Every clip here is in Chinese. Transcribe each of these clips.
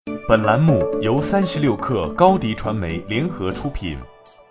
本栏目由36氪高迪传媒联合出品。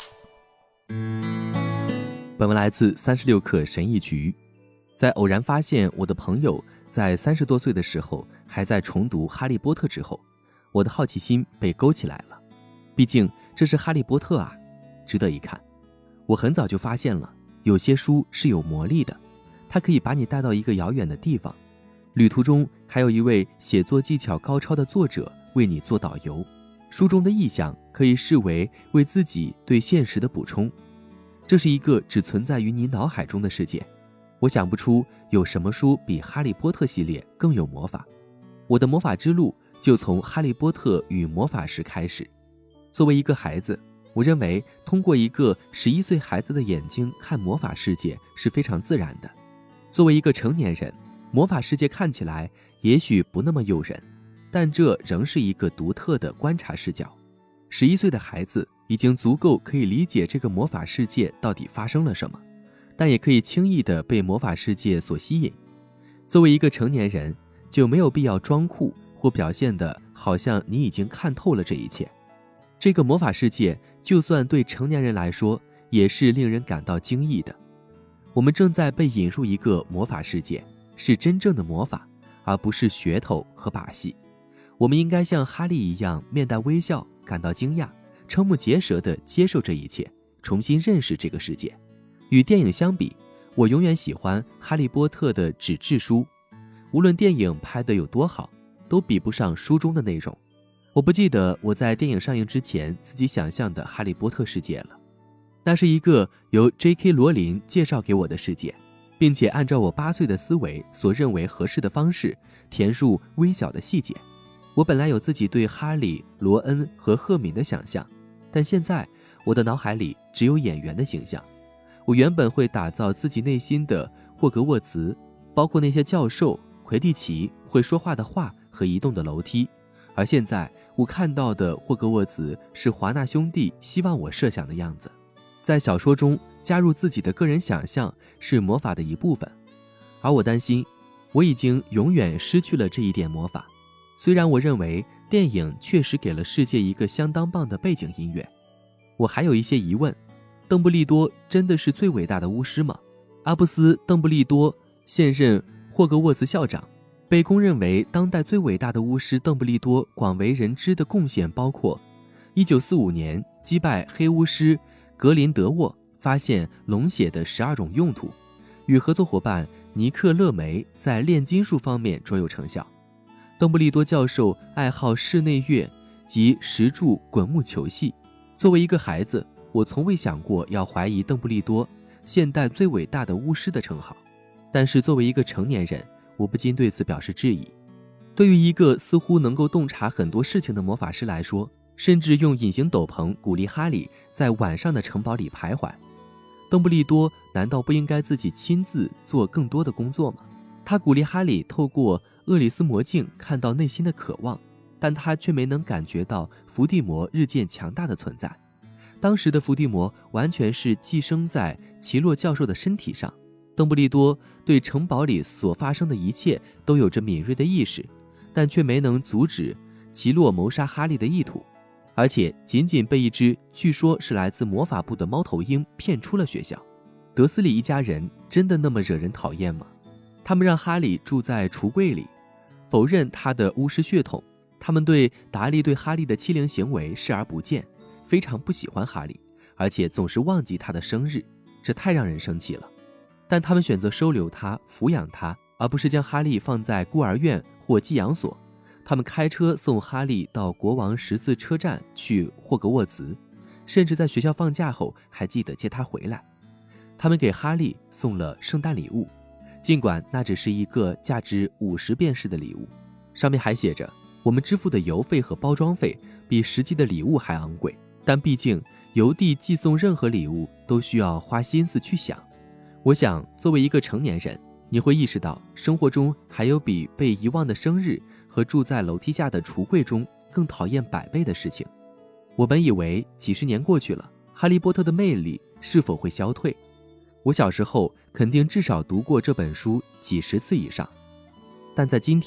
本文来自36氪神译局。在偶然发现我的朋友在30多岁的时候还在重读《哈利波特》之后，我的好奇心被勾起来了。毕竟这是哈利波特啊，值得一看。我很早就发现了，有些书是有魔力的，它可以把你带到一个遥远的地方，旅途中还有一位写作技巧高超的作者为你做导游，书中的意象可以视为为自己对现实的补充。这是一个只存在于你脑海中的世界，我想不出有什么书比哈利波特系列更有魔法。我的魔法之路就从哈利波特与魔法石开始。作为一个孩子，我认为通过一个11岁孩子的眼睛看魔法世界是非常自然的。作为一个成年人，魔法世界看起来也许不那么诱人，但这仍是一个独特的观察视角。11岁的孩子已经足够可以理解这个魔法世界到底发生了什么，但也可以轻易地被魔法世界所吸引。作为一个成年人，就没有必要装酷或表现得好像你已经看透了这一切。这个魔法世界就算对成年人来说也是令人感到惊异的。我们正在被引入一个魔法世界，是真正的魔法，而不是噱头和把戏。我们应该像哈利一样面带微笑，感到惊讶，瞠目结舌地接受这一切，重新认识这个世界。与电影相比，我永远喜欢哈利波特的纸质书，无论电影拍得有多好，都比不上书中的内容。我不记得我在电影上映之前自己想象的哈利波特世界了，那是一个由 J.K. 罗琳介绍给我的世界，并且按照我8岁的思维所认为合适的方式填入微小的细节。我本来有自己对哈利、罗恩和赫敏的想象，但现在我的脑海里只有演员的形象。我原本会打造自己内心的霍格沃茨，包括那些教授、魁地奇、会说话的画和移动的楼梯，而现在我看到的霍格沃茨是华纳兄弟希望我设想的样子。在小说中加入自己的个人想象是魔法的一部分，而我担心我已经永远失去了这一点魔法。虽然我认为电影确实给了世界一个相当棒的背景音乐，我还有一些疑问。邓布利多真的是最伟大的巫师吗？阿布斯·邓布利多现任霍格沃茨校长，被公认为当代最伟大的巫师。邓布利多广为人知的贡献包括1945年击败黑巫师格林德沃，发现龙血的12种用途，与合作伙伴尼克勒梅在炼金术方面卓有成效。邓布利多教授爱好室内乐及石柱滚木球戏。作为一个孩子，我从未想过要怀疑邓布利多现代最伟大的巫师的称号，但是作为一个成年人，我不禁对此表示质疑。对于一个似乎能够洞察很多事情的魔法师来说，甚至用隐形斗篷鼓励哈利在晚上的城堡里徘徊，邓布利多难道不应该自己亲自做更多的工作吗？他鼓励哈利透过厄里斯魔镜看到内心的渴望，但他却没能感觉到伏地魔日渐强大的存在。当时的伏地魔完全是寄生在奇洛教授的身体上。邓布利多对城堡里所发生的一切都有着敏锐的意识，但却没能阻止奇洛谋杀哈利的意图，而且仅仅被一只据说是来自魔法部的猫头鹰骗出了学校。德斯里一家人真的那么惹人讨厌吗？他们让哈利住在橱柜里，否认他的巫师血统，他们对达利对哈利的欺凌行为视而不见，非常不喜欢哈利，而且总是忘记他的生日，这太让人生气了。但他们选择收留他，抚养他，而不是将哈利放在孤儿院或寄养所。他们开车送哈利到国王十字车站去霍格沃茨，甚至在学校放假后还记得接他回来。他们给哈利送了圣诞礼物，尽管那只是一个价值50便士的礼物，上面还写着我们支付的邮费和包装费比实际的礼物还昂贵，但毕竟邮递寄送任何礼物都需要花心思去想。我想作为一个成年人，你会意识到生活中还有比被遗忘的生日和住在楼梯下的橱柜中更讨厌100倍的事情。我本以为几十年过去了，哈利波特的魅力是否会消退？我小时候肯定至少读过这本书几10次以上，但在今天，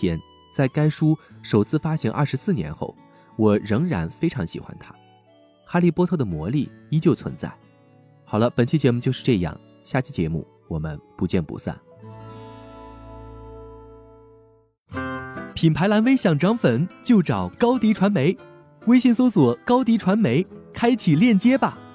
在该书首次发行24年后，我仍然非常喜欢它。哈利波特的魔力依旧存在。好了，本期节目就是这样，下期节目我们不见不散。品牌蓝 V 想涨粉就找高迪传媒，微信搜索高迪传媒，开启链接吧。